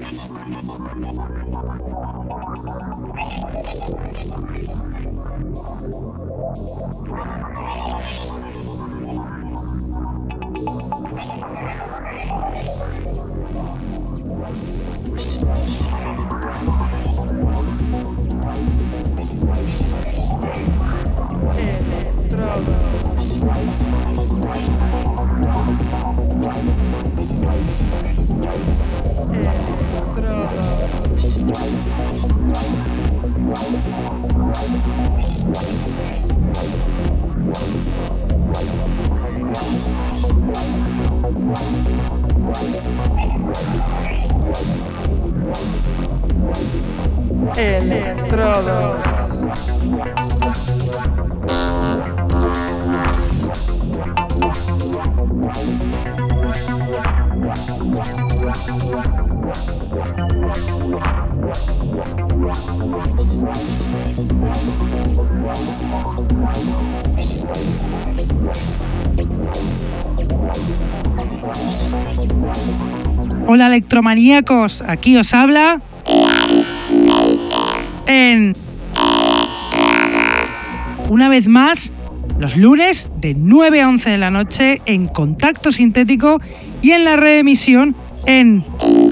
Electrodos. Hola electromaníacos, aquí os habla una vez más, los lunes de 9 a 11 de la noche en Contacto Sintético y en la reemisión en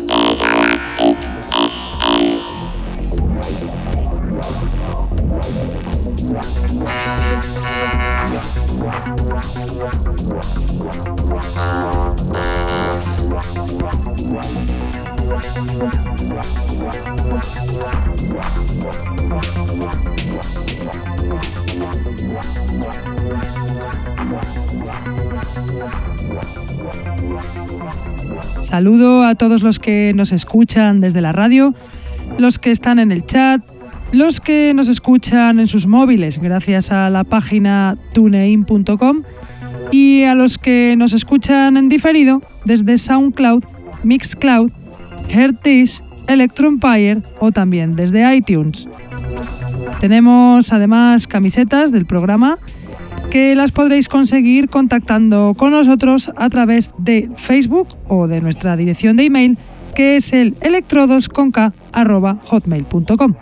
Saludo a todos los que nos escuchan desde la radio, los que están en el chat, los que nos escuchan en sus móviles gracias a la página tunein.com y a los que nos escuchan en diferido desde SoundCloud, Mixcloud, Heartdish, Electroempire o también desde iTunes. Tenemos además camisetas del programa que las podréis conseguir contactando con nosotros a través de Facebook o de nuestra dirección de email, que es el electrodosconk@hotmail.com.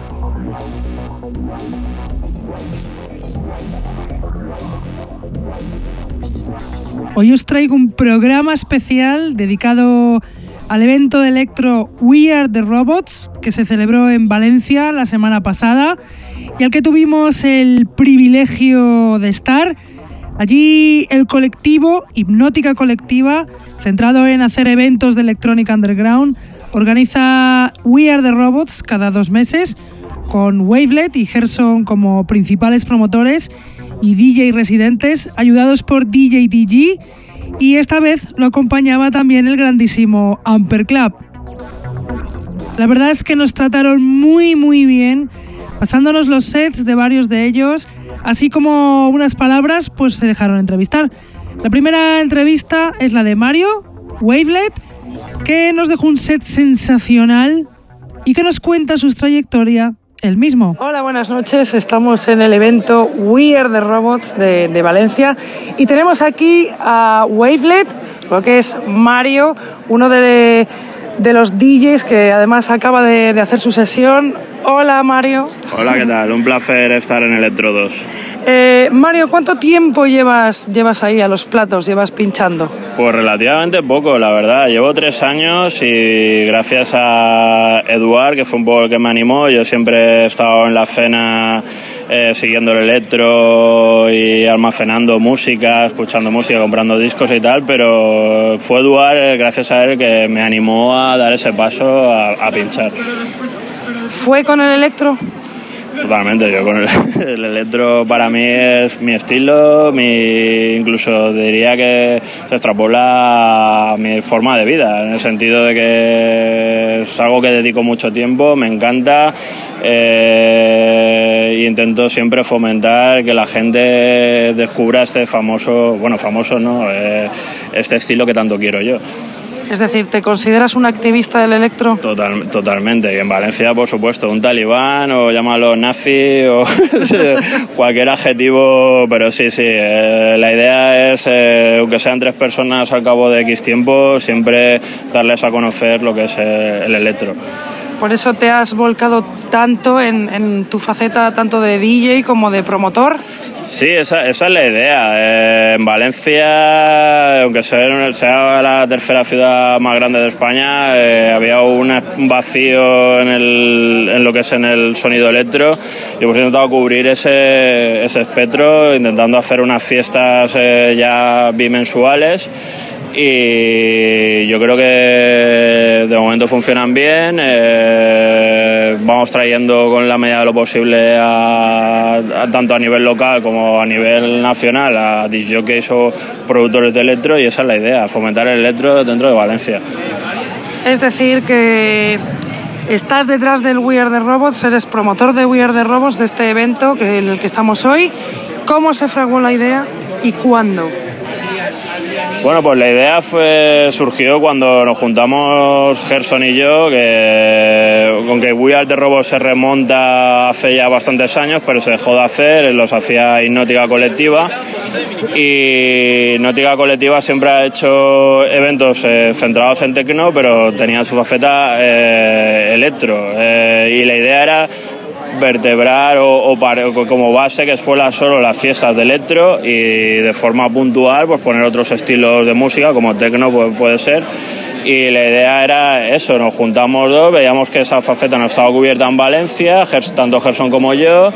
Hoy os traigo un programa especial dedicado al evento de electro We Are The Robots, que se celebró en Valencia la semana pasada y al que tuvimos el privilegio de estar. Allí el colectivo Hipnótica Colectiva, centrado en hacer eventos de electrónica underground, organiza We Are The Robots cada 2 meses, con Wavelet y Gerson como principales promotores y DJ residentes, ayudados por DJ DG, y esta vez lo acompañaba también el grandísimo Amper Club. La verdad es que nos trataron muy bien, pasándonos los sets de varios de ellos, así como unas palabras, pues se dejaron entrevistar. La primera entrevista es la de Mario, Wavelet, que nos dejó un set sensacional y que nos cuenta su trayectoria él mismo. Hola, buenas noches. Estamos en el evento We Are The Robots de Valencia y tenemos aquí a Wavelet, lo que es Mario, uno de los DJs que además acaba de hacer su sesión. Hola, Mario. Hola, ¿qué tal? Un placer estar en Electrodos. Mario, ¿cuánto tiempo llevas ahí a los platos, llevas pinchando? Pues relativamente poco, la verdad. Llevo 3 años y gracias a Eduard, que fue un poco el que me animó, yo siempre he estado en la escena siguiendo el electro y almacenando música, escuchando música, comprando discos y tal, pero fue Eduard, gracias a él, que me animó a dar ese paso a pinchar. ¿Fue con el electro? Totalmente, yo con el electro para mí es mi estilo, incluso diría que se extrapola a mi forma de vida, en el sentido de que es algo que dedico mucho tiempo, me encanta e intento siempre fomentar que la gente descubra este famoso, bueno, famoso no, este estilo que tanto quiero yo. Es decir, ¿te consideras un activista del electro? Totalmente, y en Valencia, por supuesto, un talibán o llámalo nazi o cualquier adjetivo, pero sí, la idea es, aunque sean 3 personas al cabo de X tiempo, siempre darles a conocer lo que es el electro. Por eso te has volcado tanto en tu faceta tanto de DJ como de promotor. Sí, esa es la idea. En Valencia, aunque sea la tercera ciudad más grande de España, había un vacío en lo que es en el sonido electro y hemos intentado cubrir ese espectro, intentando hacer unas fiestas ya bimensuales. Y yo creo que de momento funcionan bien. Vamos trayendo con la medida de lo posible tanto a nivel local como a nivel nacional a discjockeys o productores de electro, y esa es la idea, fomentar el electro dentro de Valencia. Es decir, que estás detrás del We Are The Robots, eres promotor de We Are The Robots, de este evento en el que estamos hoy. ¿Cómo se fraguó la idea y cuándo? Bueno, pues la idea surgió cuando nos juntamos Gerson y yo, con que We Are The Robots se remonta hace ya bastantes años, pero se dejó de hacer, los hacía Hipnótica Colectiva, y Hipnótica Colectiva siempre ha hecho eventos centrados en techno, pero tenía su faceta electro, y la idea era vertebrar o como base que fuera solo las fiestas de electro y de forma puntual pues poner otros estilos de música como techno puede ser, y la idea era eso, nos juntamos 2, veíamos que esa faceta no estaba cubierta en Valencia, tanto Gerson como yo,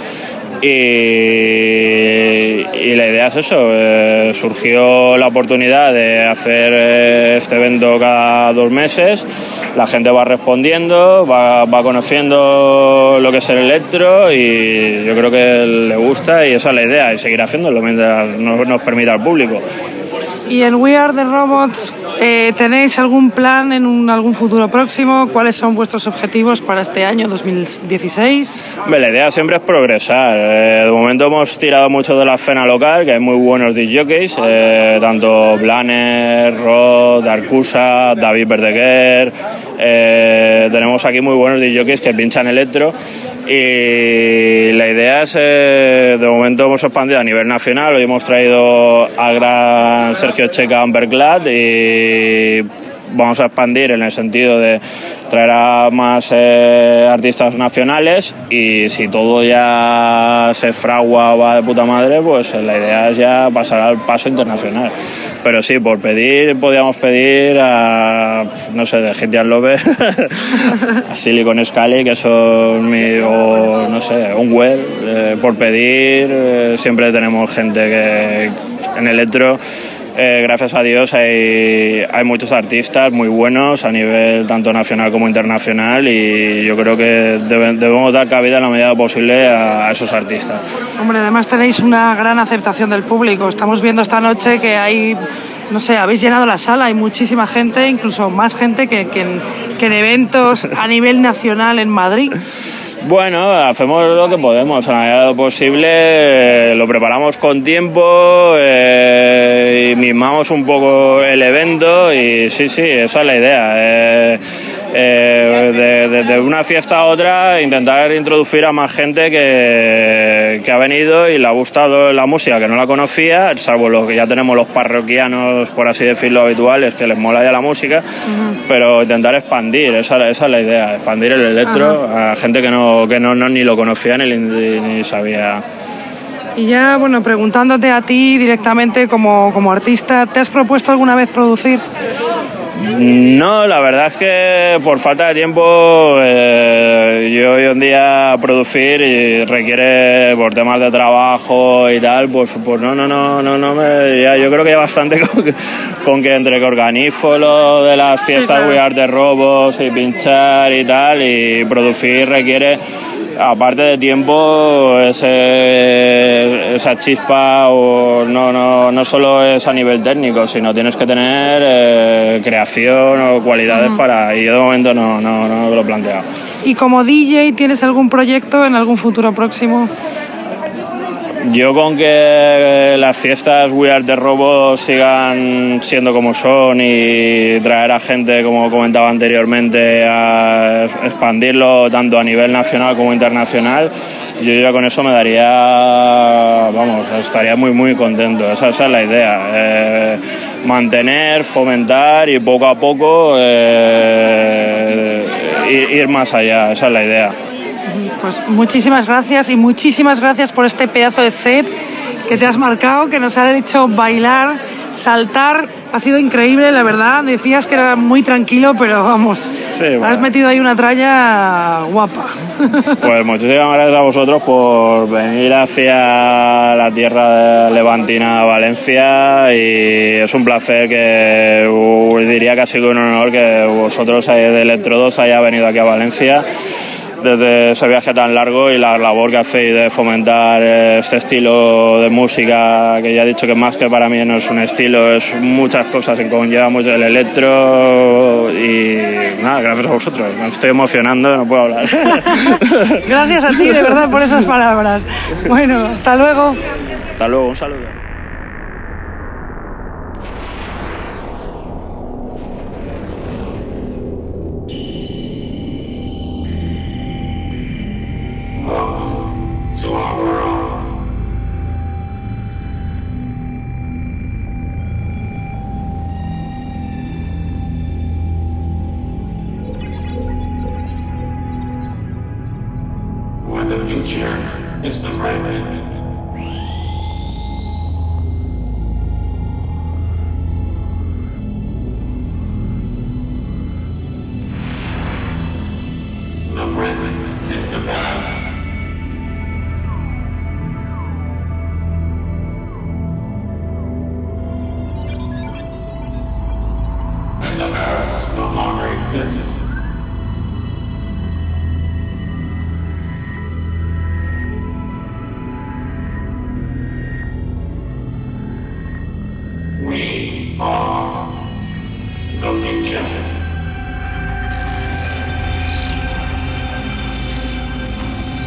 y la idea es eso, surgió la oportunidad de hacer este evento cada 2 meses, la gente va respondiendo, va conociendo lo que es el electro y yo creo que le gusta y esa es la idea, y seguir haciéndolo mientras nos permita el público. Y en We Are The Robots, ¿tenéis algún plan en algún futuro próximo? ¿Cuáles son vuestros objetivos para este año 2016? La idea siempre es progresar. De momento hemos tirado mucho de la escena local, que hay muy buenos discjockeys, tanto Blaner, Rod, Arcusa, David Verdeguer. Tenemos aquí muy buenos discjockeys que pinchan electro. Y la idea es, de momento hemos expandido a nivel nacional, hoy hemos traído al gran Sergio Checa Amberglad y vamos a expandir en el sentido de traer a más artistas nacionales, y si todo ya se fragua o va de puta madre, pues la idea es ya pasar al paso internacional. Pero sí, por pedir, podíamos pedir a, no sé, de GTA Lover, a Silicon Scally, que son o no sé, un web, por pedir, siempre tenemos gente que en electro. Gracias a Dios hay muchos artistas muy buenos a nivel tanto nacional como internacional, y yo creo que debemos dar cabida en la medida posible a esos artistas. Hombre, además tenéis una gran aceptación del público. Estamos viendo esta noche que hay, no sé, habéis llenado la sala, hay muchísima gente, incluso más gente que en eventos a nivel nacional en Madrid. Bueno, hacemos lo que podemos, a la medida de lo posible, lo preparamos con tiempo y mimamos un poco el evento, y sí, esa es la idea. De una fiesta a otra intentar introducir a más gente que ha venido y le ha gustado la música, que no la conocía, salvo lo que ya tenemos los parroquianos, por así decirlo, habituales, que les mola ya la música, pero intentar expandir, esa es la idea, expandir el electro a gente que no ni lo conocía ni sabía. Y ya, bueno, preguntándote a ti directamente como artista, ¿te has propuesto alguna vez producir? No, la verdad es que por falta de tiempo yo hoy en día producir y requiere por temas de trabajo y tal, pues yo creo que ya bastante con que entre que organizo lo de las fiestas, sí, We Are The Robots y pinchar y tal, y producir requiere, aparte de tiempo, esa chispa, o no solo es a nivel técnico, sino tienes que tener creación o cualidades para, y yo de momento no lo he planteado. ¿Y como DJ tienes algún proyecto en algún futuro próximo? Yo con que las fiestas We Are The Robots sigan siendo como son y traer a gente, como comentaba anteriormente, a expandirlo tanto a nivel nacional como internacional, yo ya con eso me daría, vamos, estaría muy muy contento. Esa es la idea, mantener, fomentar y poco a poco ir más allá, esa es la idea. Pues muchísimas gracias y muchísimas gracias por este pedazo de set que te has marcado, que nos ha hecho bailar, saltar. Ha sido increíble, la verdad. Decías que era muy tranquilo, pero vamos, sí, bueno, has metido ahí una tralla guapa. Pues muchísimas gracias a vosotros por venir hacia la tierra levantina, Valencia, y es un placer, que diría que ha sido un honor que vosotros de Electrodos haya venido aquí a Valencia desde ese viaje tan largo, y la labor que hacéis de fomentar este estilo de música, que ya he dicho que más que para mí no es un estilo, es muchas cosas, que conlleva mucho el electro, y nada, gracias a vosotros, me estoy emocionando, no puedo hablar. Gracias a ti, de verdad, por esas palabras. Bueno, hasta luego. Hasta luego, un saludo. The future is the present. The present is the past. And the past no longer exists. We are the future.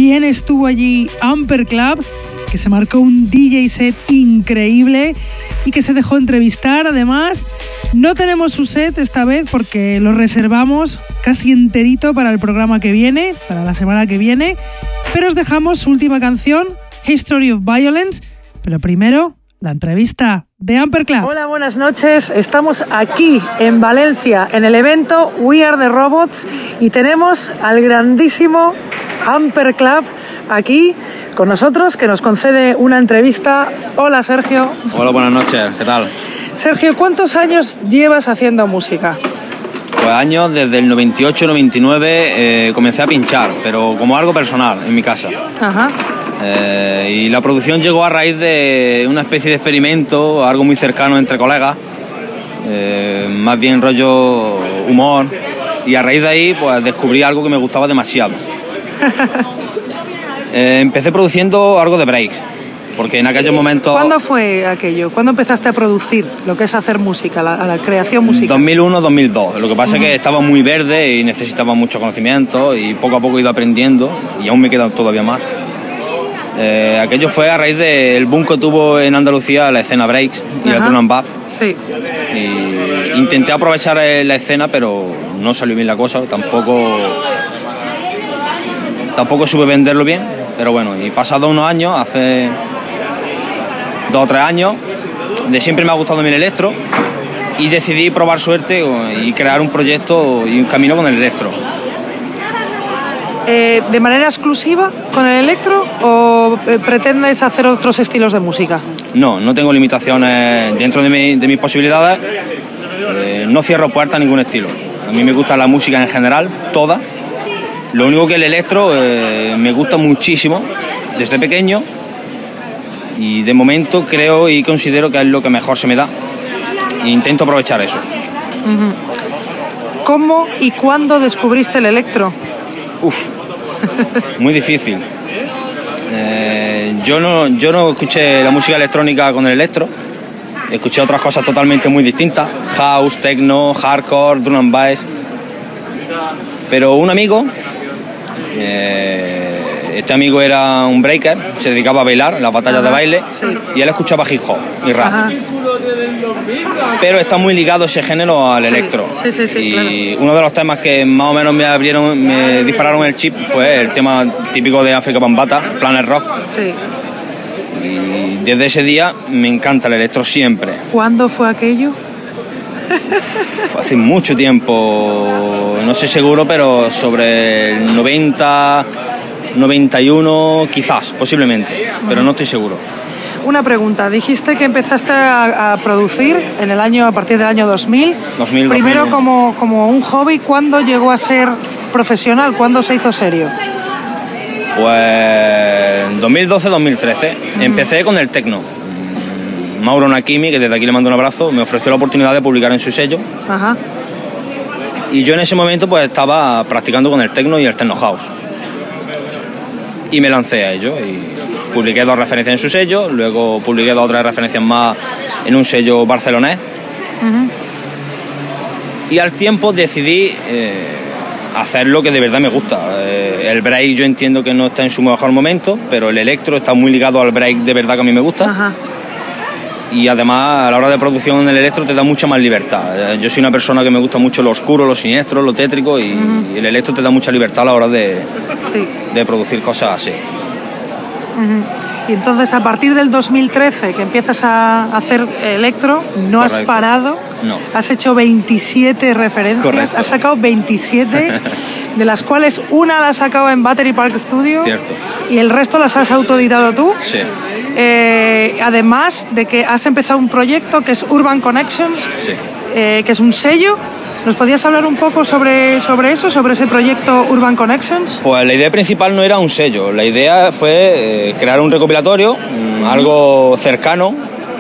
También estuvo allí Amper Club, que se marcó un DJ set increíble y que se dejó entrevistar. Además, no tenemos su set esta vez porque lo reservamos casi enterito para el programa que viene, para la semana que viene, pero os dejamos su última canción, History of Violence, pero primero la entrevista de Amper Club. Hola, buenas noches. Estamos aquí en Valencia en el evento We Are the Robots y tenemos al grandísimo Amper Club aquí con nosotros, que nos concede una entrevista. Hola, Sergio. Hola, buenas noches. ¿Qué tal? Sergio, ¿cuántos años llevas haciendo música? Pues años, desde el 98-99 comencé a pinchar, pero como algo personal, en mi casa. Ajá. Y la producción llegó a raíz de una especie de experimento, algo muy cercano entre colegas, más bien rollo humor, y a raíz de ahí pues descubrí algo que me gustaba demasiado. Empecé produciendo algo de breaks, porque en aquellos momentos... ¿Cuándo fue aquello? ¿Cuándo empezaste a producir lo que es hacer música, la creación musical? 2001-2002. Lo que pasa es que estaba muy verde y necesitaba mucho conocimiento y poco a poco he ido aprendiendo y aún me queda todavía más. Aquello fue a raíz del boom que tuvo en Andalucía la escena breaks y el drum and bass. Sí. Y intenté aprovechar la escena, pero no salió bien la cosa, tampoco supe venderlo bien, pero bueno, y pasados unos años, hace 2 o 3 años, de siempre me ha gustado a mí el electro y decidí probar suerte y crear un proyecto y un camino con el electro. ¿De manera exclusiva con el electro o pretendes hacer otros estilos de música? No tengo limitaciones dentro de mis posibilidades, no cierro puertas a ningún estilo. A mí me gusta la música en general, toda. Lo único que el electro me gusta muchísimo desde pequeño y de momento creo y considero que es lo que mejor se me da e intento aprovechar eso. ¿Cómo y cuándo descubriste el electro? Muy difícil. Yo no escuché la música electrónica con el electro, escuché otras cosas totalmente muy distintas, house, techno, hardcore, drum and bass, pero un amigo, este amigo era un breaker, se dedicaba a bailar en las batallas de baile, y él escuchaba hip hop y rap. Ajá. Pero está muy ligado ese género al electro. Sí, y uno de los temas que más o menos me dispararon el chip fue el tema típico de África Bambaataa, Planet Rock. Sí. Y desde ese día me encanta el electro siempre. ¿Cuándo fue aquello? Hace mucho tiempo, no sé seguro, pero sobre el 90, 91 quizás, posiblemente, pero no estoy seguro. Una pregunta, dijiste que empezaste a producir a partir del año 2000. Primero 2000. como un hobby. ¿Cuándo llegó a ser profesional? ¿Cuándo se hizo serio? Pues 2012-2013. Empecé con el techno. Mauro Nakimi, que desde aquí le mando un abrazo, me ofreció la oportunidad de publicar en su sello. Ajá. Y yo en ese momento pues estaba practicando con el techno y el techno house. Y me lancé a ello y publiqué 2 referencias en su sello, luego publiqué 2 o 3 referencias más en un sello barcelonés. Y al tiempo decidí hacer lo que de verdad me gusta. El break yo entiendo que no está en su mejor momento, pero el electro está muy ligado al break de verdad que a mí me gusta. Ajá. Y además a la hora de producción en el electro te da mucha más libertad. Yo soy una persona que me gusta mucho lo oscuro, lo siniestro, lo tétrico y el electro te da mucha libertad a la hora de producir cosas así. Y entonces a partir del 2013 que empiezas a hacer electro, no Correcto. has parado, no. Has hecho 27 referencias, Correcto. Has sacado 27, de las cuales una la has sacado en Battery Park Studio. Cierto. Y el resto las has autoeditado tú. Sí. Además de que has empezado un proyecto que es Urban Connections, Sí. Que es un sello. ¿Nos podías hablar un poco sobre eso, sobre ese proyecto Urban Connections? Pues la idea principal no era un sello, la idea fue crear un recopilatorio, algo cercano,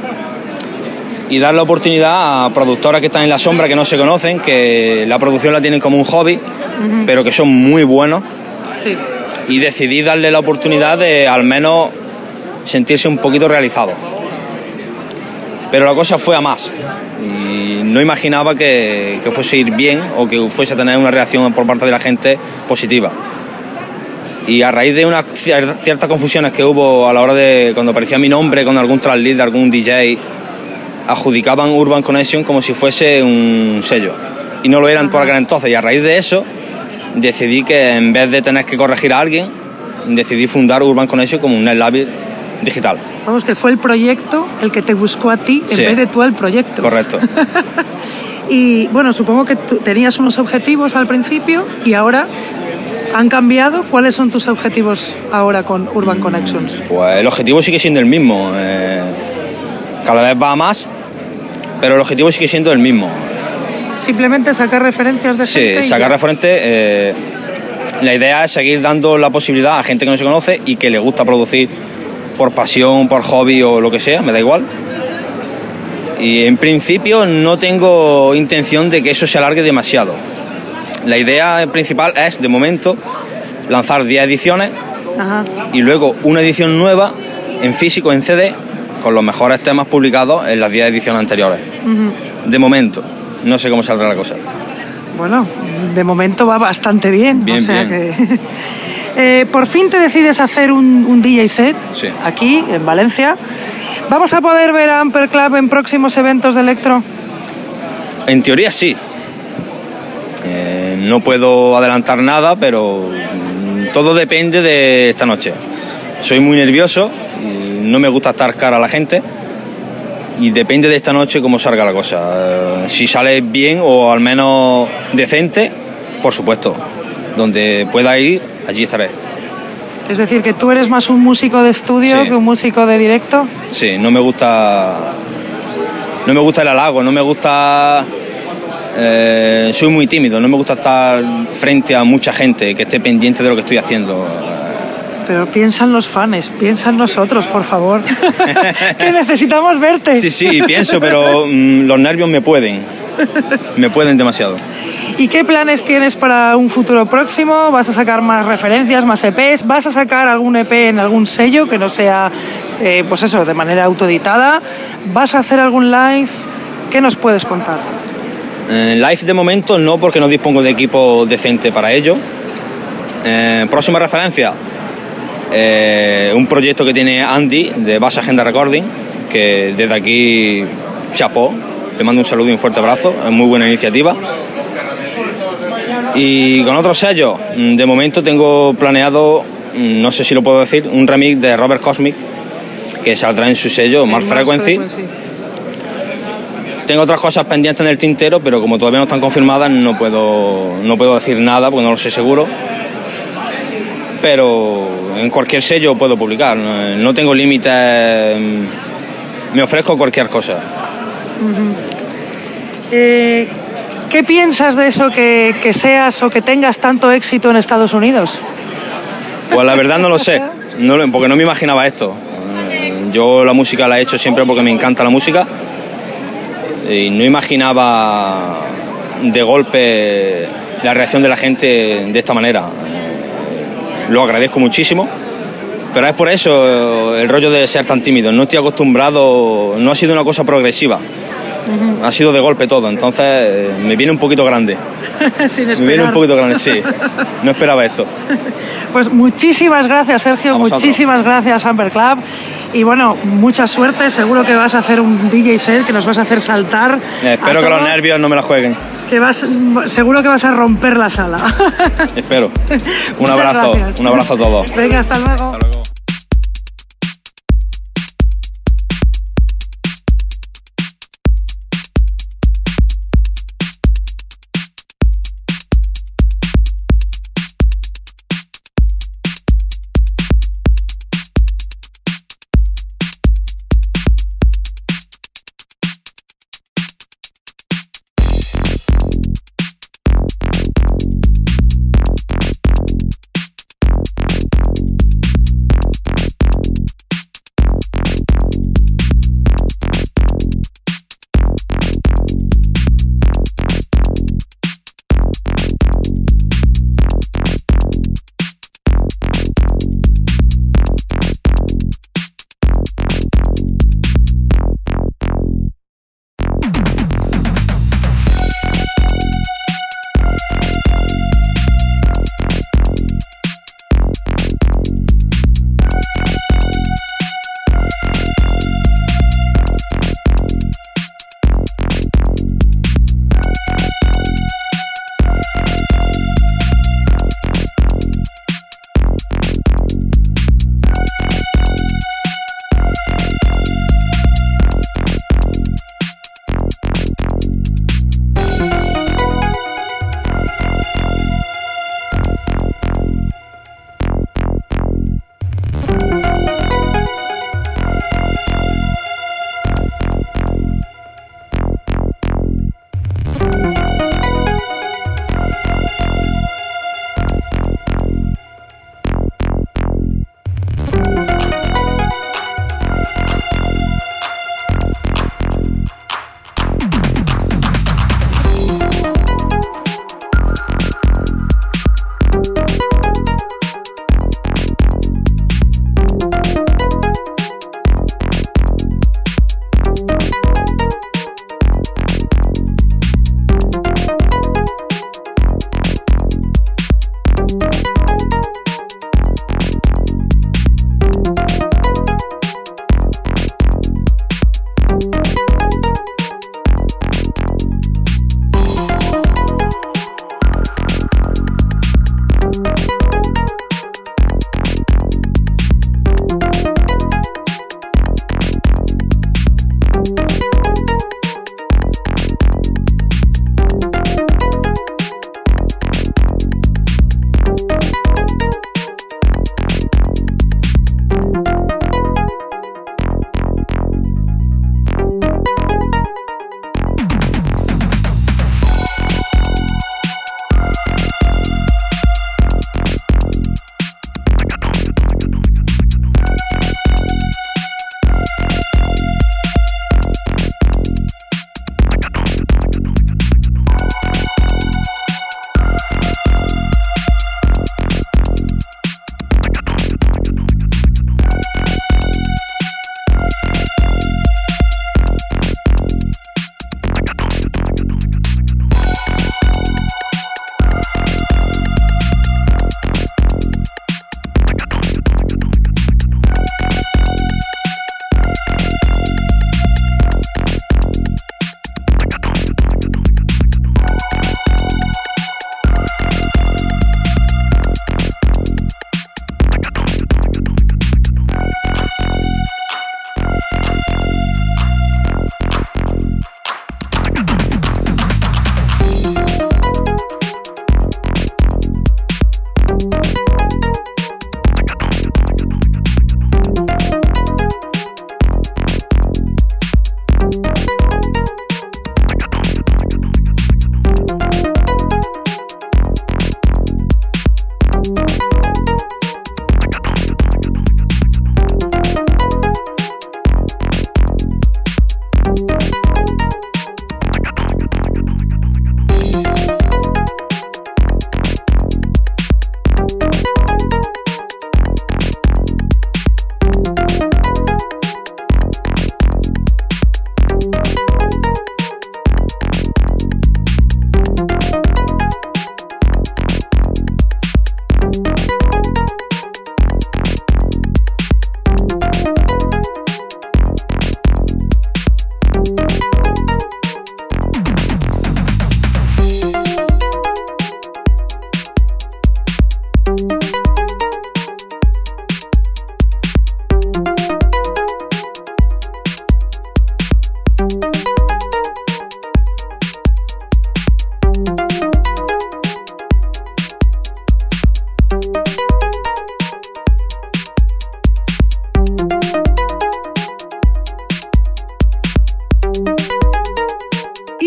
y dar la oportunidad a productoras que están en la sombra, que no se conocen, que la producción la tienen como un hobby, pero que son muy buenos. Sí. Y decidí darle la oportunidad de al menos sentirse un poquito realizado. Pero la cosa fue a más. Y no imaginaba que fuese a ir bien o que fuese a tener una reacción por parte de la gente positiva. Y a raíz de unas ciertas confusiones que hubo a la hora de cuando aparecía mi nombre con algún tracklist de algún DJ, adjudicaban Urban Connection como si fuese un sello. Y no lo eran por aquel entonces. Y a raíz de eso decidí que en vez de tener que corregir a alguien, decidí fundar Urban Connection como un net label digital. Vamos, que fue el proyecto el que te buscó a ti en vez de tú al proyecto. Correcto. Y bueno, supongo que tú tenías unos objetivos al principio y ahora han cambiado. ¿Cuáles son tus objetivos ahora con Urban Connections? Pues el objetivo sigue siendo el mismo. Cada vez va a más, pero el objetivo sigue siendo el mismo. ¿Simplemente sacar referencias de gente? Sí, sacar referentes. La idea es seguir dando la posibilidad a gente que no se conoce y que le gusta producir por pasión, por hobby o lo que sea, me da igual. Y en principio no tengo intención de que eso se alargue demasiado. La idea principal es, de momento, lanzar 10 ediciones y luego una edición nueva en físico, en CD, con los mejores temas publicados en las 10 ediciones anteriores. De momento, no sé cómo saldrá la cosa. Bueno, de momento va bastante bien. Bien, o sea bien. Que por fin te decides hacer un DJ set aquí, en Valencia. ¿Vamos a poder ver a Amper Club en próximos eventos de electro? En teoría sí. No puedo adelantar nada, pero todo depende de esta noche. Soy muy nervioso y no me gusta estar cara a la gente y depende de esta noche cómo salga la cosa. Si sale bien o al menos decente, por supuesto. Donde pueda ir, allí estaré. Es decir, que tú eres más un músico de estudio que un músico de directo. Sí, no me gusta el halago, no me gusta... soy muy tímido, no me gusta estar frente a mucha gente que esté pendiente de lo que estoy haciendo. Pero piensan los fans, piensan nosotros, por favor. Que necesitamos verte. Sí, pienso, pero los nervios me pueden demasiado. ¿Y qué planes tienes para un futuro próximo? ¿Vas a sacar más referencias, más EPs? ¿Vas a sacar algún EP en algún sello que no sea, pues eso, de manera autoeditada? ¿Vas a hacer algún live? ¿Qué nos puedes contar? Live de momento no, porque no dispongo de equipo decente para ello. Próxima referencia, un proyecto que tiene Andy de Bass Agenda Recording, que desde aquí chapó, le mando un saludo y un fuerte abrazo, es muy buena iniciativa. Y con otros sellos, de momento tengo planeado, no sé si lo puedo decir, un remix de Robert Cosmic que saldrá en su sello Mars Frequency. Tengo otras cosas pendientes en el tintero, pero como todavía no están confirmadas no puedo decir nada porque no lo sé seguro. Pero en cualquier sello puedo publicar, no tengo límites, me ofrezco cualquier cosa. ¿Qué piensas de eso que seas o que tengas tanto éxito en Estados Unidos? Pues la verdad no lo sé, porque no me imaginaba esto. Yo la música la he hecho siempre porque me encanta la música y no imaginaba de golpe la reacción de la gente de esta manera. Lo agradezco muchísimo, pero es por eso el rollo de ser tan tímido. No estoy acostumbrado, no ha sido una cosa progresiva. Ha sido de golpe todo, entonces me viene un poquito grande. Sin esperar. Me viene un poquito grande, sí. No esperaba esto. Pues muchísimas gracias, Sergio, muchísimas gracias, Amper Club. Y bueno, mucha suerte, seguro que vas a hacer un DJ set que nos vas a hacer saltar. Espero que los nervios no me la jueguen. Seguro que vas a romper la sala. Espero. Un abrazo a todos. Venga, hasta luego. Hasta luego.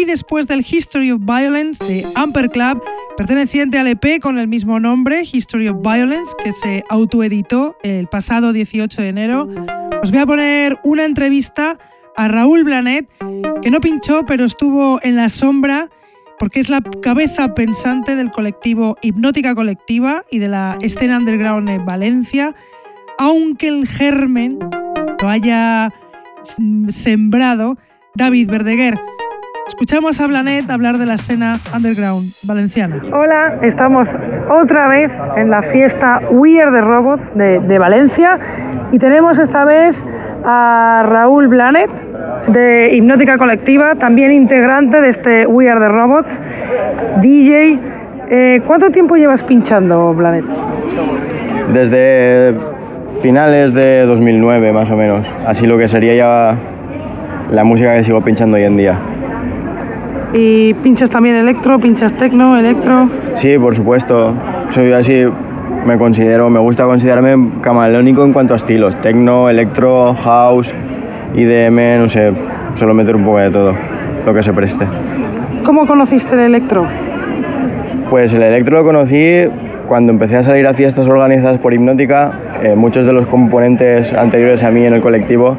y después del History of Violence de Amper Club, perteneciente al EP con el mismo nombre, History of Violence, que se autoeditó el pasado 18 de enero, os voy a poner una entrevista a Raúl Blanet, que no pinchó pero estuvo en la sombra porque es la cabeza pensante del colectivo Hipnótica Colectiva y de la escena underground de Valencia, aunque el germen lo haya sembrado David Verdaguer. Escuchamos a Blanet hablar de la escena underground valenciana. Hola, estamos otra vez en la fiesta We Are The Robots de Valencia y tenemos esta vez a Raúl Blanet de Hipnótica Colectiva, también integrante de este We Are The Robots, DJ. ¿Cuánto tiempo llevas pinchando, Blanet? Desde finales de 2009 más o menos, así lo que sería ya la música que sigo pinchando hoy en día. ¿Y pinchas también electro, pinchas techno, electro? Sí, por supuesto, soy así, me gusta considerarme camaleónico en cuanto a estilos, techno, electro, house, IDM, no sé, suelo meter un poco de todo, lo que se preste. ¿Cómo conociste el electro? Pues el electro lo conocí cuando empecé a salir a fiestas organizadas por Hipnótica. Muchos de los componentes anteriores a mí en el colectivo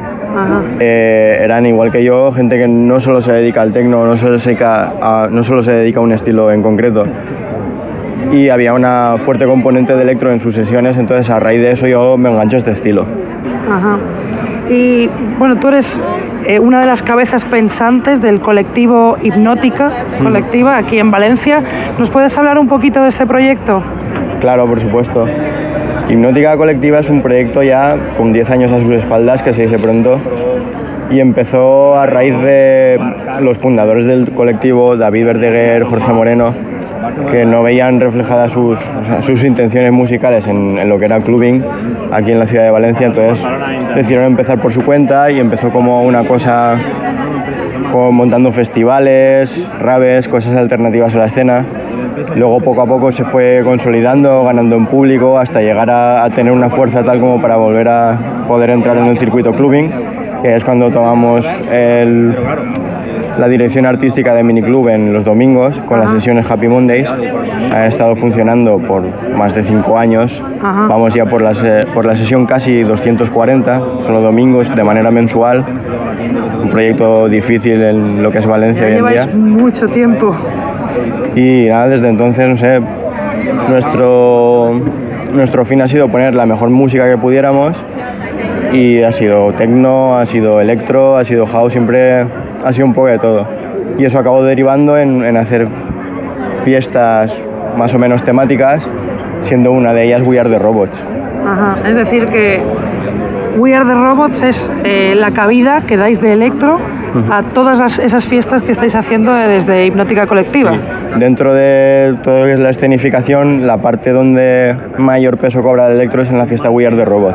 eran igual que yo, gente que no solo se dedica al techno, no solo se dedica a un estilo en concreto. Y había una fuerte componente de electro en sus sesiones, entonces a raíz de eso yo me engancho a este estilo. Ajá. Y bueno, tú eres una de las cabezas pensantes del colectivo Hipnótica Colectiva aquí en Valencia. ¿Nos puedes hablar un poquito de ese proyecto? Claro, por supuesto. Hipnótica Colectiva es un proyecto ya con 10 años a sus espaldas, que se dice pronto, y empezó a raíz de los fundadores del colectivo, David Verdaguer, Jorge Moreno, que no veían reflejadas sus intenciones musicales en lo que era clubbing aquí en la ciudad de Valencia, entonces decidieron empezar por su cuenta y empezó como una cosa, como montando festivales, raves, cosas alternativas a la escena. Luego poco a poco se fue consolidando, ganando en público, hasta llegar a tener una fuerza tal como para volver a poder entrar en el circuito clubbing, que es cuando tomamos la dirección artística de Miniclub en los domingos con las sesiones Happy Mondays. Ha estado funcionando por más de 5 años. Vamos ya por la sesión casi 240, son los domingos de manera mensual. Un proyecto difícil en lo que es Valencia hoy en día. Lleváis mucho tiempo. Y nada, desde entonces, no sé, nuestro fin ha sido poner la mejor música que pudiéramos, y ha sido techno, ha sido electro, ha sido house, siempre ha sido un poco de todo. Y eso acabó derivando en hacer fiestas más o menos temáticas, siendo una de ellas We Are The Robots. Ajá, es decir que We Are The Robots es la cabida que dais de electro a todas esas fiestas que estáis haciendo desde Hipnótica Colectiva. Sí. Dentro de todo lo que es la escenificación, la parte donde mayor peso cobra el electro es en la fiesta We Are The Robots.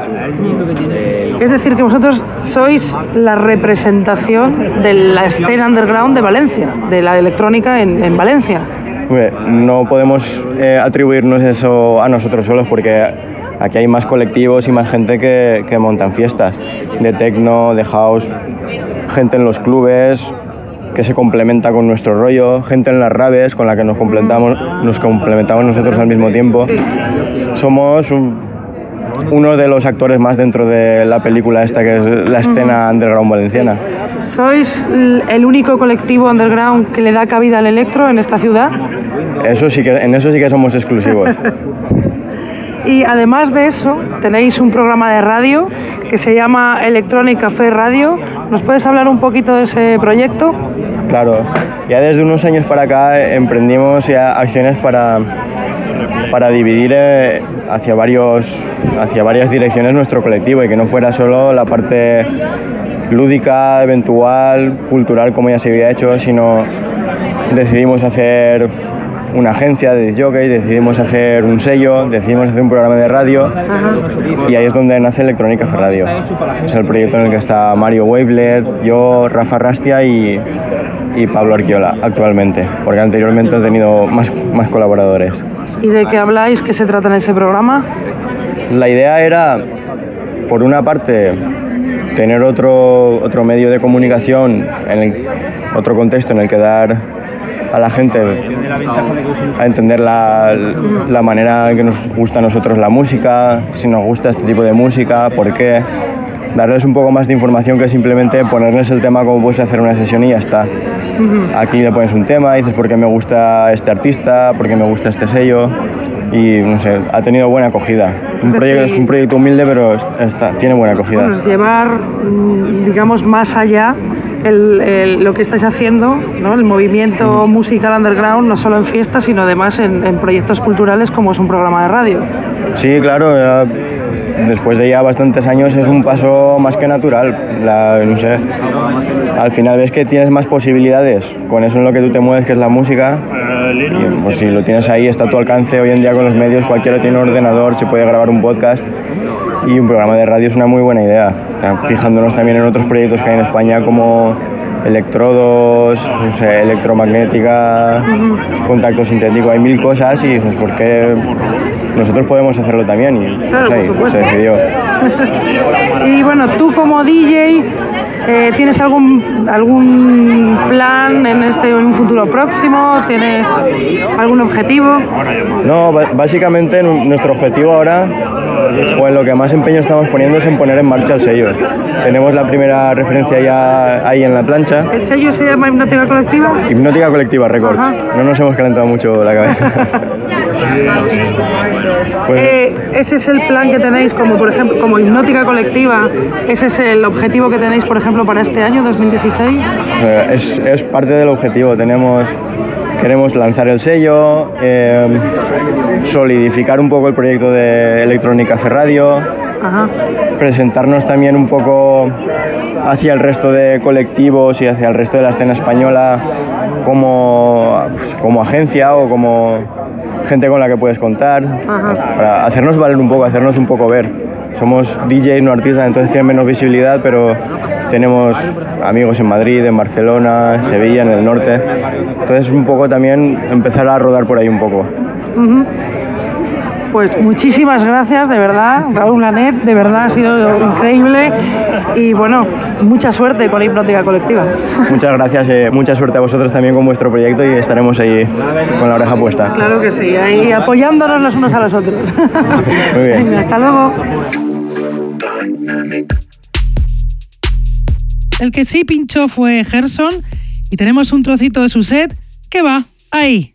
Es decir, que vosotros sois la representación de la escena underground de Valencia, de la electrónica en Valencia. No podemos atribuirnos eso a nosotros solos, porque aquí hay más colectivos y más gente que montan fiestas de techno, de house, gente en los clubes que se complementa con nuestro rollo, gente en las raves con la que nos complementamos nosotros al mismo tiempo. Somos uno de los actores más dentro de la película esta, que es la escena underground valenciana. ¿Sois el único colectivo underground que le da cabida al electro en esta ciudad? En eso sí que somos exclusivos. Y además de eso, tenéis un programa de radio que se llama Electronic Café Radio. ¿Nos puedes hablar un poquito de ese proyecto? Claro, ya desde unos años para acá emprendimos ya acciones para dividir hacia varias direcciones nuestro colectivo, y que no fuera solo la parte lúdica, eventual, cultural, como ya se había hecho, sino decidimos hacer una agencia de discjockeys, decidimos hacer un sello, decidimos hacer un programa de radio. Y ahí es donde nace Electronic Café Radio. Es el proyecto en el que está Mario Wavelet, yo, Rafa Rastia y Pablo Arquiola actualmente, porque anteriormente he tenido más colaboradores. ¿Y de qué habláis? ¿Qué se trata en ese programa? La idea era, por una parte, tener otro medio de comunicación, otro contexto en el que dar a la gente a entender la manera en que nos gusta a nosotros la música, si nos gusta este tipo de música, por qué. Darles un poco más de información que simplemente ponerles el tema como puedes hacer una sesión y ya está. Aquí le pones un tema, dices por qué me gusta este artista, por qué me gusta este sello y no sé, ha tenido buena acogida. Es un proyecto humilde pero tiene buena acogida. Bueno, es llevar, digamos, más allá lo que estáis haciendo, ¿no? El movimiento musical underground, no solo en fiestas, sino además en proyectos culturales como es un programa de radio. Sí, claro. Después de ya bastantes años es un paso más que natural. No sé, al final ves que tienes más posibilidades con eso en lo que tú te mueves, que es la música. Y pues si lo tienes ahí, está a tu alcance. Hoy en día con los medios cualquiera tiene un ordenador, se puede grabar un podcast y un programa de radio es una muy buena idea. Fijándonos también en otros proyectos que hay en España como electrodos, no sé, electromagnética, contacto sintético, hay 1000 cosas y dices, ¿por qué nosotros podemos hacerlo también? Y claro, pues, se decidió. Y bueno, tú como DJ, ¿tienes algún plan en un futuro próximo? ¿Tienes algún objetivo? No, básicamente nuestro objetivo ahora, o en lo que más empeño estamos poniendo, es en poner en marcha el sello. Tenemos la primera referencia ya ahí en la plancha. ¿El sello se llama Hipnótica Colectiva? Hipnótica Colectiva Records. Ajá. No nos hemos calentado mucho la cabeza. Pues, ese es el plan que tenéis, como por ejemplo, como Hipnótica Colectiva. Ese es el objetivo que tenéis, por ejemplo, para este año 2016. Es parte del objetivo. Queremos lanzar el sello, solidificar un poco el proyecto de Electrónica Radio, presentarnos también un poco hacia el resto de colectivos y hacia el resto de la escena española como agencia o como gente con la que puedes contar, para hacernos valer un poco, hacernos un poco ver. Somos DJs, no artistas, entonces tienen menos visibilidad, pero tenemos amigos en Madrid, en Barcelona, en Sevilla, en el norte. Entonces un poco también empezar a rodar por ahí un poco. Pues muchísimas gracias, de verdad, Raúl Lanet, de verdad ha sido increíble y bueno, mucha suerte con Hipnótica Colectiva. Muchas gracias, mucha suerte a vosotros también con vuestro proyecto y estaremos ahí con la oreja puesta. Claro que sí, ahí apoyándonos los unos a los otros. Muy bien. Venga, hasta luego. El que sí pinchó fue Gerson y tenemos un trocito de su set que va ahí.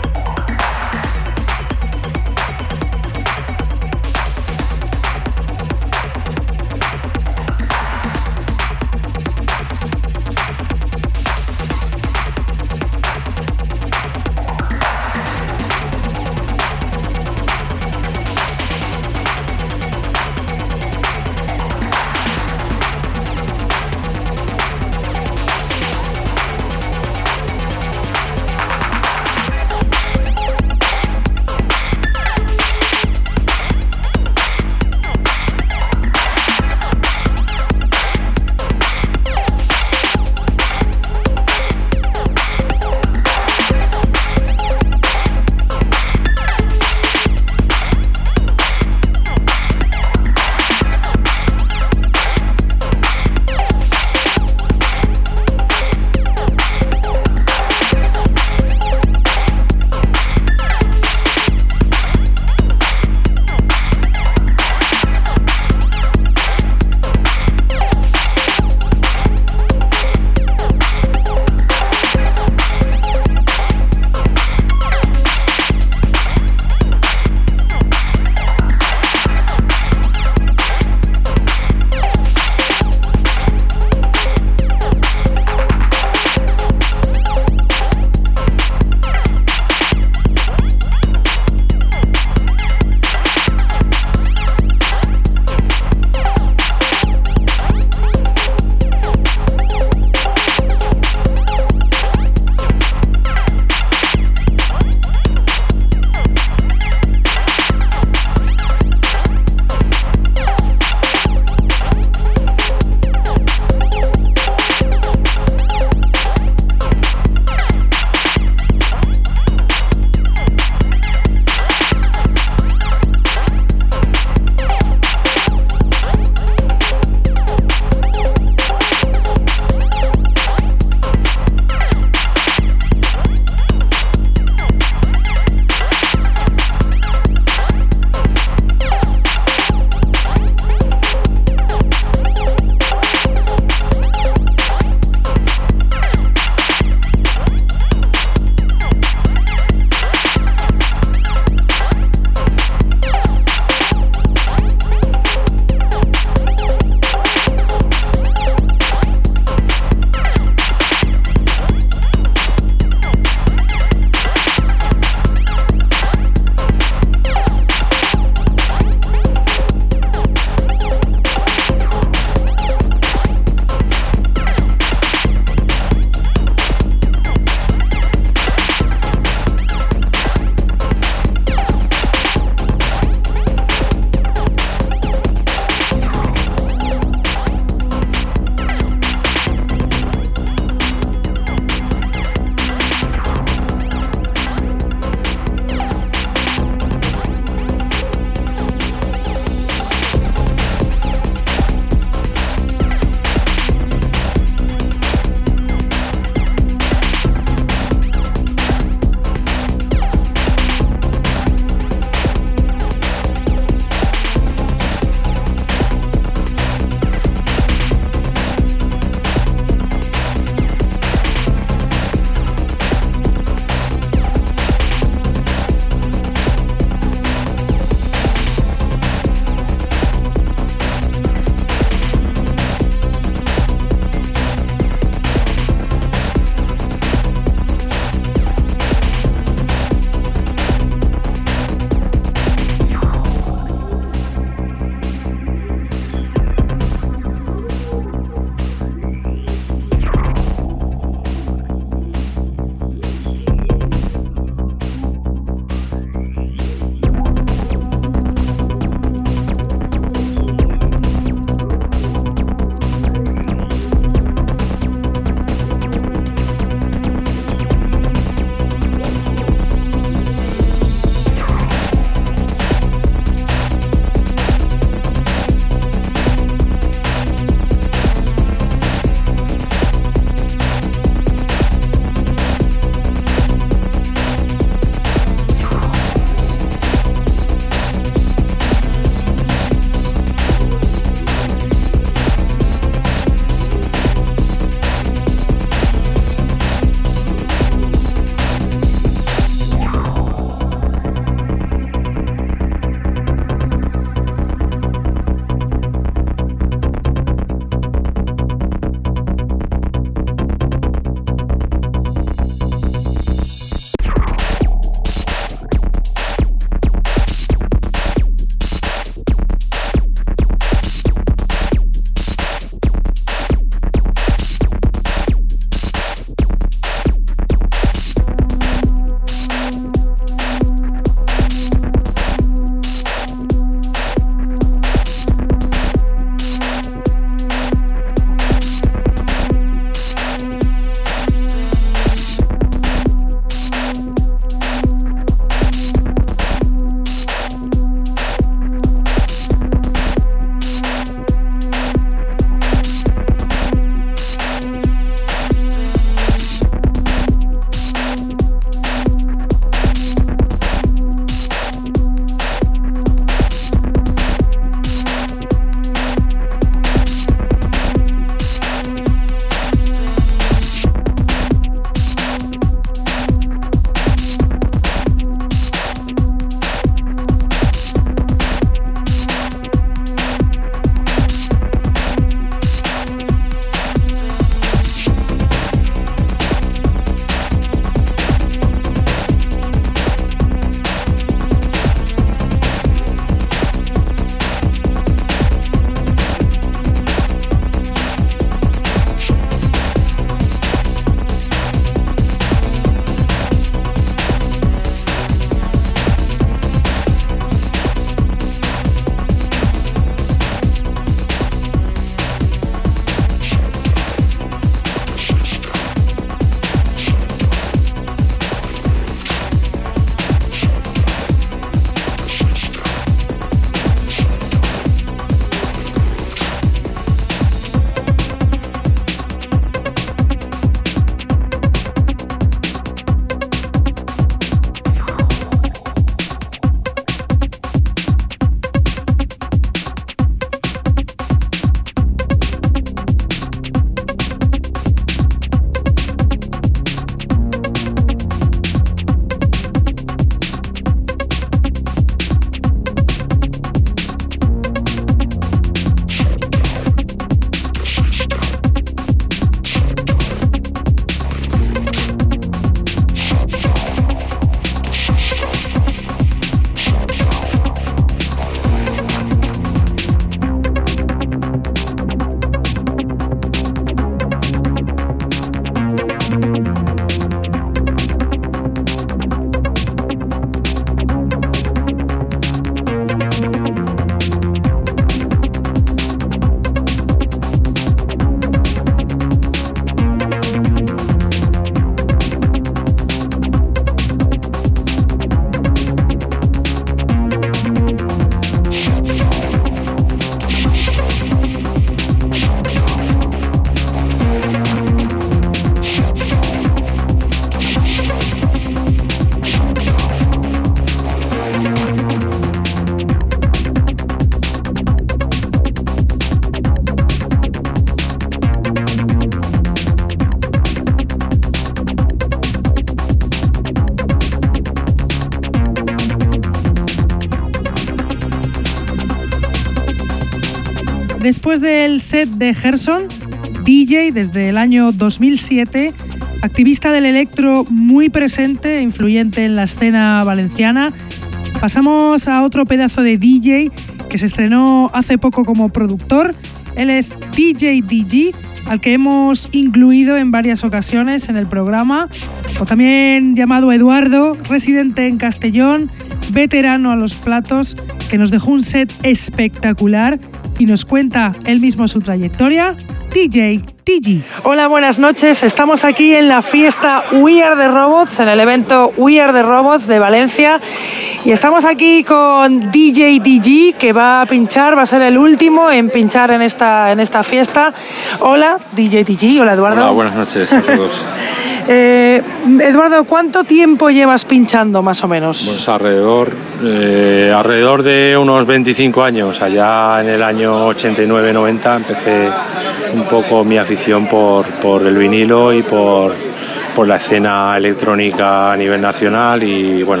Después del set de Gerson, DJ desde el año 2007, activista del electro muy presente e influyente en la escena valenciana, pasamos a otro pedazo de DJ que se estrenó hace poco como productor. Él es DJ DG, al que hemos incluido en varias ocasiones en el programa, o también llamado Eduardo, residente en Castellón, veterano a los platos, que nos dejó un set espectacular y nos cuenta él mismo su trayectoria. DJ DG. Hola, buenas noches. Estamos aquí en la fiesta We Are The Robots, en el evento We Are The Robots de Valencia. Y estamos aquí con DJ DG, que va a pinchar, va a ser el último en pinchar en esta fiesta. Hola, DJ DG. Hola, Eduardo. Hola, buenas noches a todos. Eduardo, ¿cuánto tiempo llevas pinchando, más o menos? Pues alrededor de unos 25 años. Allá en el año 89-90 empecé un poco mi afición por el vinilo y por la escena electrónica a nivel nacional, y bueno,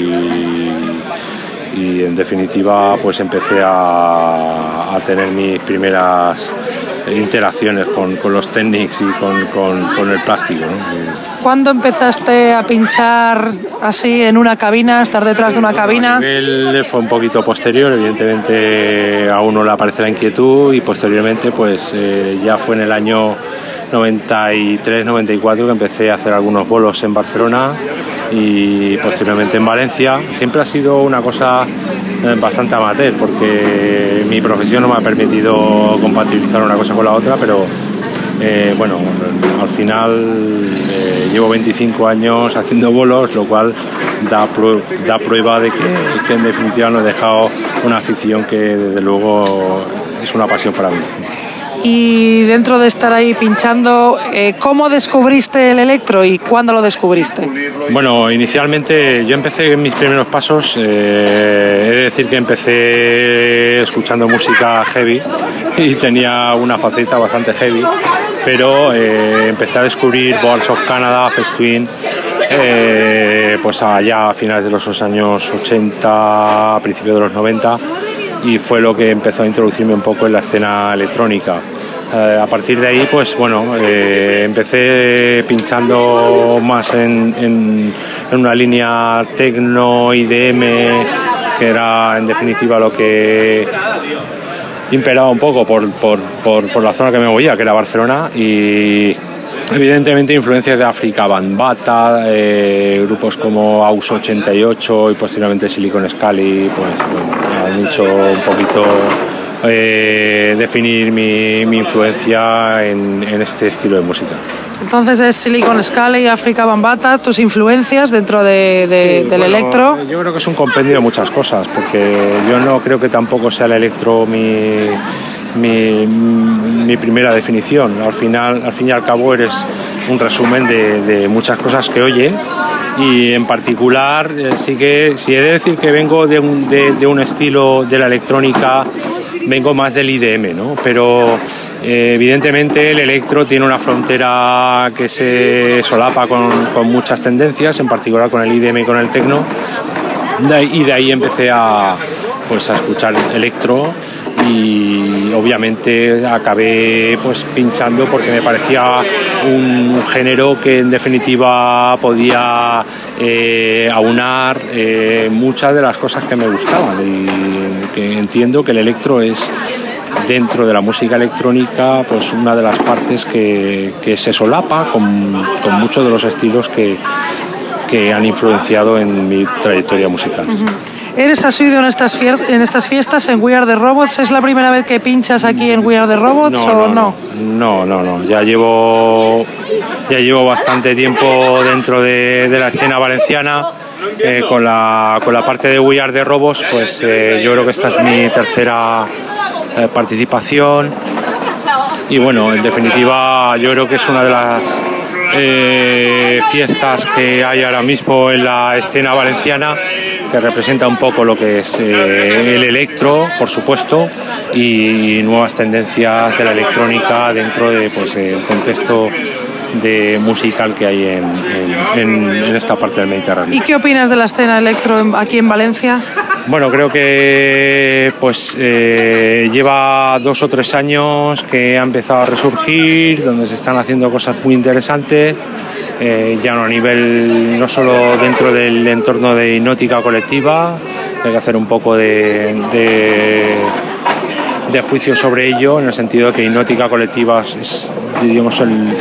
y en definitiva pues empecé a tener mis primeras interacciones con los Technics y con el plástico, ¿no? ¿Cuándo empezaste a pinchar así en una cabina, estar detrás de una cabina? A nivel fue un poquito posterior, evidentemente a uno le aparece la inquietud, y posteriormente pues ya fue en el año 93-94 que empecé a hacer algunos bolos en Barcelona y posteriormente en Valencia. Siempre ha sido una cosa bastante amateur, porque mi profesión no me ha permitido compatibilizar una cosa con la otra, pero bueno, al final llevo 25 años haciendo bolos, lo cual da prueba de que en definitiva no he dejado una afición que desde luego es una pasión para mí. Y dentro de estar ahí pinchando, ¿cómo descubriste el electro y cuándo lo descubriste? Bueno, inicialmente yo empecé mis primeros pasos, he de decir que empecé escuchando música heavy y tenía una faceta bastante heavy, pero empecé a descubrir Boards of Canada, Festoon, pues allá a finales de los años 80, a principios de los 90, y fue lo que empezó a introducirme un poco en la escena electrónica. A partir de ahí, pues bueno, empecé pinchando más en una línea techno, IDM, que era en definitiva lo que imperaba un poco por la zona que me movía, que era Barcelona, y evidentemente influencias de Afrika Bambaataa, grupos como AUS 88 y posteriormente Silicon Scali, pues bueno, han hecho un poquito definir mi influencia en este estilo de música. Entonces es Silicon Scali y Afrika Bambaataa tus influencias dentro del electro. Yo creo que es un compendio de muchas cosas, porque yo no creo que tampoco sea el electro mi primera definición. Al fin y al cabo eres un resumen de muchas cosas que oyes, y en particular sí he de decir que vengo de un estilo de la electrónica, vengo más del IDM, ¿no? Pero evidentemente el electro tiene una frontera que se solapa con muchas tendencias, en particular con el IDM y con el techno, y de ahí empecé a escuchar electro, y obviamente acabé pues pinchando porque me parecía un género que en definitiva podía aunar muchas de las cosas que me gustaban, y que entiendo que el electro es, dentro de la música electrónica, pues una de las partes que se solapa con muchos de los estilos que han influenciado en mi trayectoria musical. Uh-huh. ¿Eres asiduo en estas fiestas en We Are The Robots? ¿Es la primera vez que pinchas aquí en We Are The Robots o no? No. Ya llevo bastante tiempo dentro de la escena valenciana. Con la parte de We Are The Robots, pues yo creo que esta es mi tercera participación. Y bueno, en definitiva, yo creo que es una de las fiestas que hay ahora mismo en la escena valenciana, que representa un poco lo que es el electro, por supuesto, y nuevas tendencias de la electrónica dentro de el contexto musical que hay en esta parte del Mediterráneo. ¿Y qué opinas de la escena electro aquí en Valencia? Bueno, creo que pues lleva 2 o 3 años que ha empezado a resurgir, donde se están haciendo cosas muy interesantes, ya no a nivel, no solo dentro del entorno de hipnótica colectiva, hay que hacer un poco de juicio sobre ello, en el sentido de que hipnótica colectiva es digamos,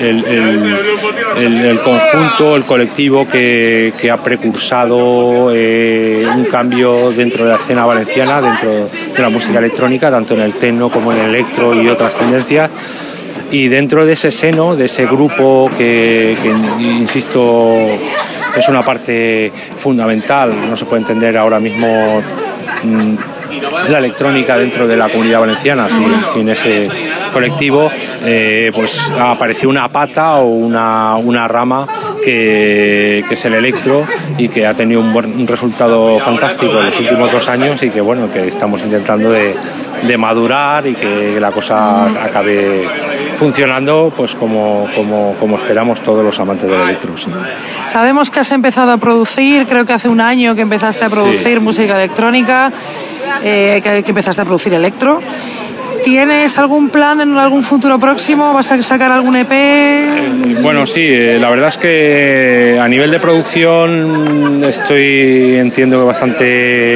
el conjunto, el colectivo que ha precursado un cambio dentro de la escena valenciana, dentro de la música electrónica, tanto en el techno como en el electro y otras tendencias. Y dentro de ese seno, de ese grupo que insisto, es una parte fundamental, no se puede entender ahora mismo la electrónica dentro de la Comunidad Valenciana sin ese colectivo, pues apareció una pata o una rama que es el electro y que ha tenido un resultado fantástico en los últimos 2 años y que bueno, que estamos intentando de madurar y que la cosa acabe funcionando pues como esperamos todos los amantes del electro. Sí. Sabemos que has empezado a producir, creo que hace 1 año que empezaste a producir música electrónica, que empezaste a producir electro. ¿Tienes algún plan en algún futuro próximo? ¿Vas a sacar algún EP? Bueno, sí, la verdad es que a nivel de producción entiendo que bastante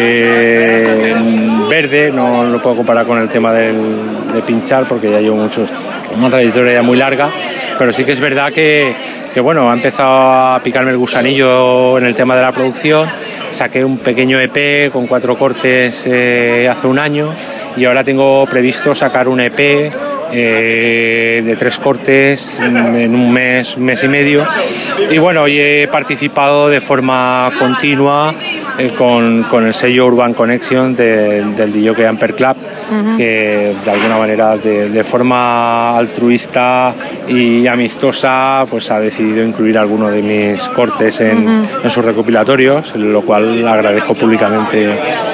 verde, no lo puedo comparar con el tema de pinchar porque ya llevo una trayectoria ya muy larga, pero sí que es verdad que bueno, ha empezado a picarme el gusanillo en el tema de la producción. Saqué un pequeño EP con 4 cortes hace 1 año y ahora tengo previsto sacar un EP de 3 cortes en un mes y medio. Y bueno, hoy he participado de forma continua con el sello Urban Connection del DJ Amper Club, que de alguna manera de forma altruista y amistosa pues ha decidido incluir algunos de mis cortes en sus recopilatorios, lo cual agradezco públicamente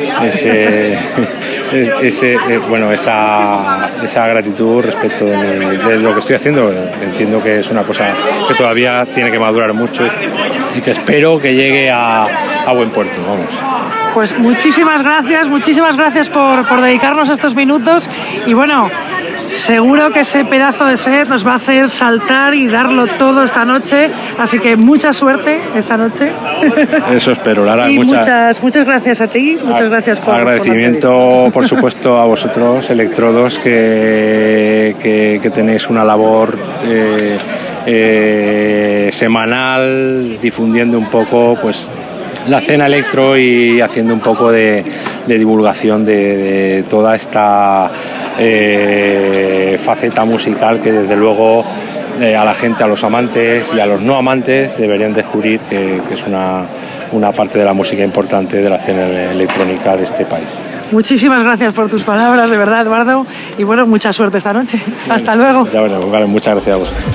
esa gratitud respecto de lo que estoy haciendo. Entiendo que es una cosa que todavía tiene que madurar mucho y que espero que llegue a buen puerto. Vamos. Pues muchísimas gracias por dedicarnos estos minutos y bueno, seguro que ese pedazo de set nos va a hacer saltar y darlo todo esta noche, así que mucha suerte esta noche. Eso espero, Lara. Y muchas gracias a ti, muchas gracias por agradecimiento, por supuesto, a vosotros, Electrodos, que tenéis una labor semanal difundiendo un poco pues la escena electro y haciendo un poco de divulgación de toda esta faceta musical que desde luego a la gente, a los amantes y a los no amantes deberían descubrir que es una parte de la música importante de la escena electrónica de este país. Muchísimas gracias por tus palabras, de verdad, Eduardo, y bueno, mucha suerte esta noche. Bueno, hasta luego. Ya veremos, vale, muchas gracias a vosotros.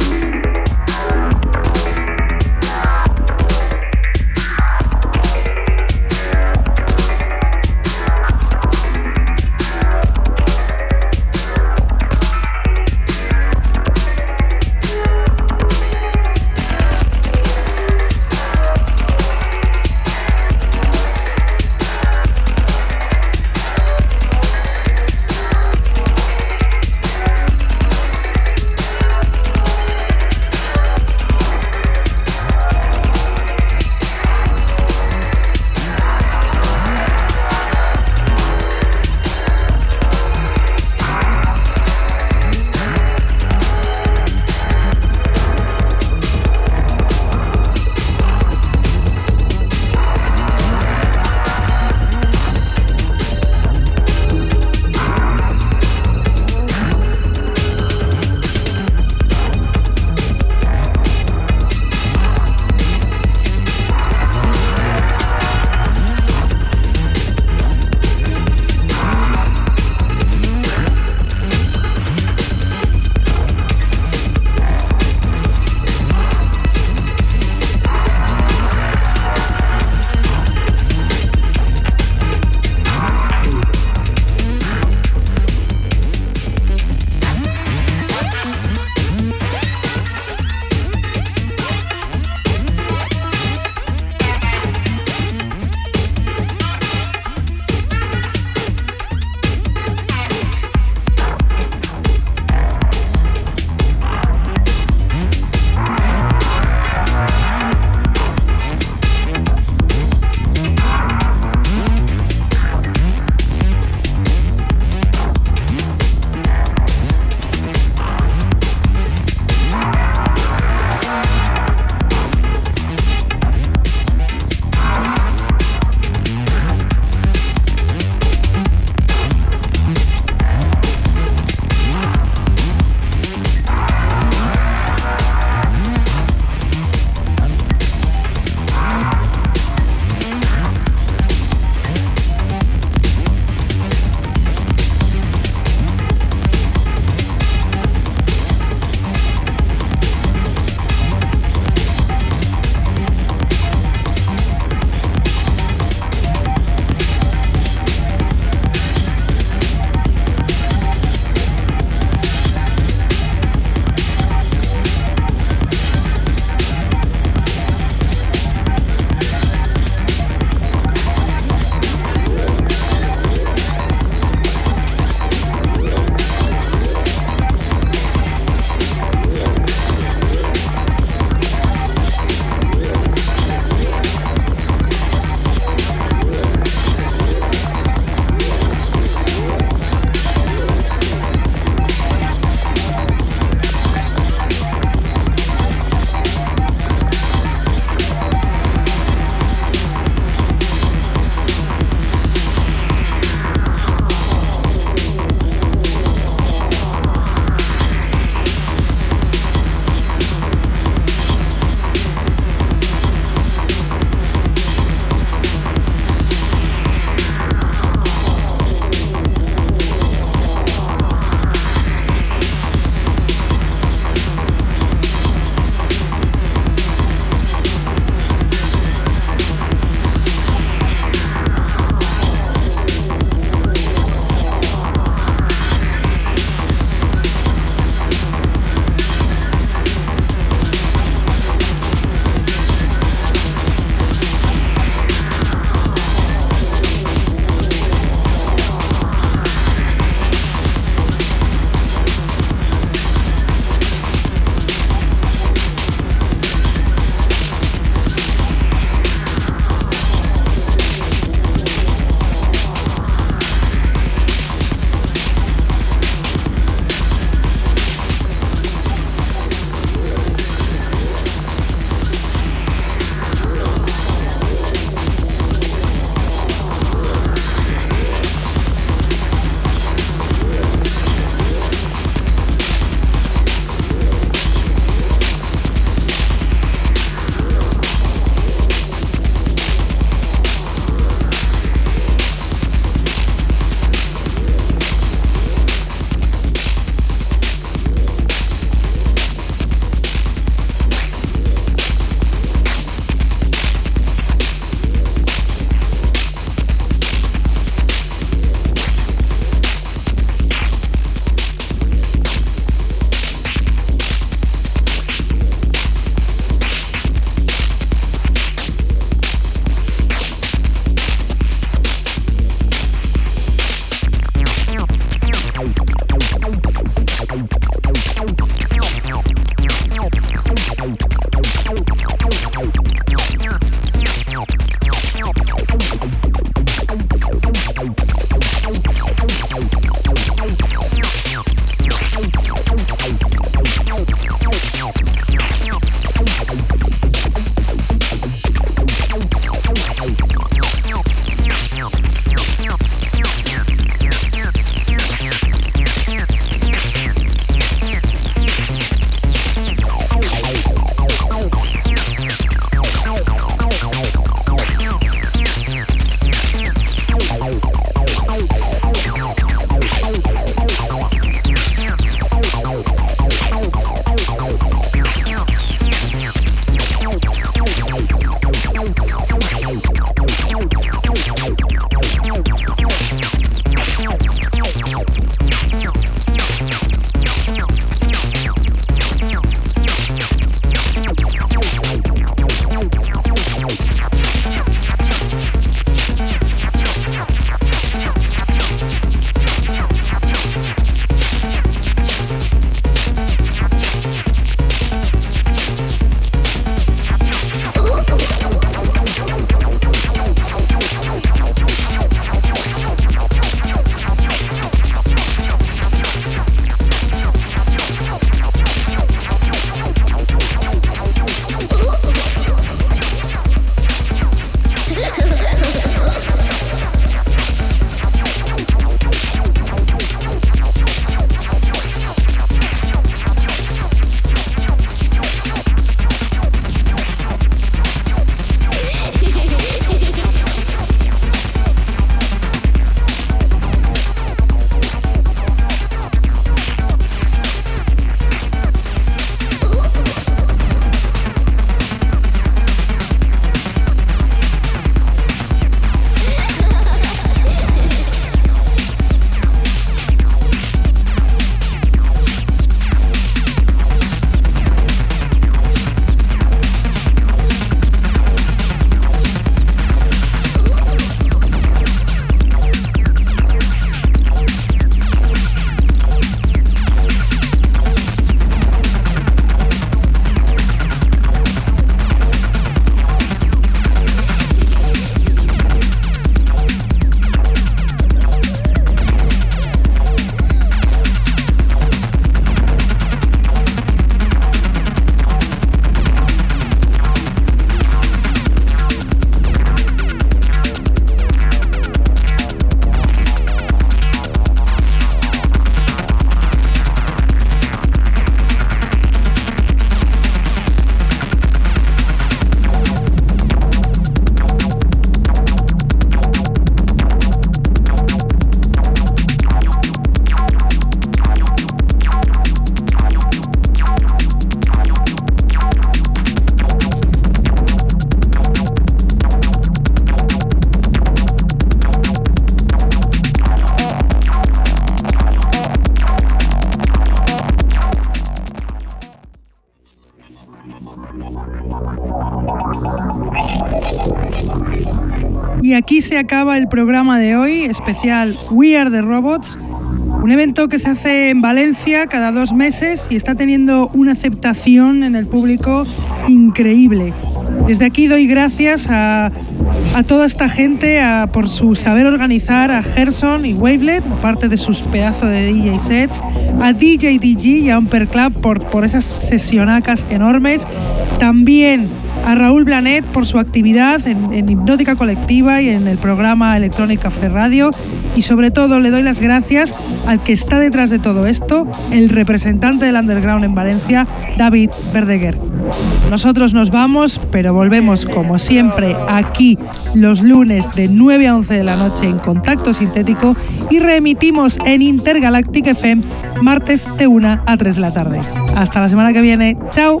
Y aquí se acaba el programa de hoy, especial We Are the Robots, un evento que se hace en Valencia cada 2 meses y está teniendo una aceptación en el público increíble. Desde aquí doy gracias a toda esta gente por su saber organizar, a Gerson y Wavelet, aparte de sus pedazos de DJ sets, a DJ DG y a Umper Club por esas sesionacas enormes, también a Raúl Blanet por su actividad en Hipnótica Colectiva y en el programa Electronic Café Radio, y sobre todo le doy las gracias al que está detrás de todo esto, el representante del underground en Valencia, David Verdeguer. Nosotros nos vamos, pero volvemos como siempre aquí los lunes de 9 a 11 de la noche en Contacto Sintético y reemitimos en Intergalactic FM martes de 1 a 3 de la tarde. Hasta la semana que viene. ¡Chao!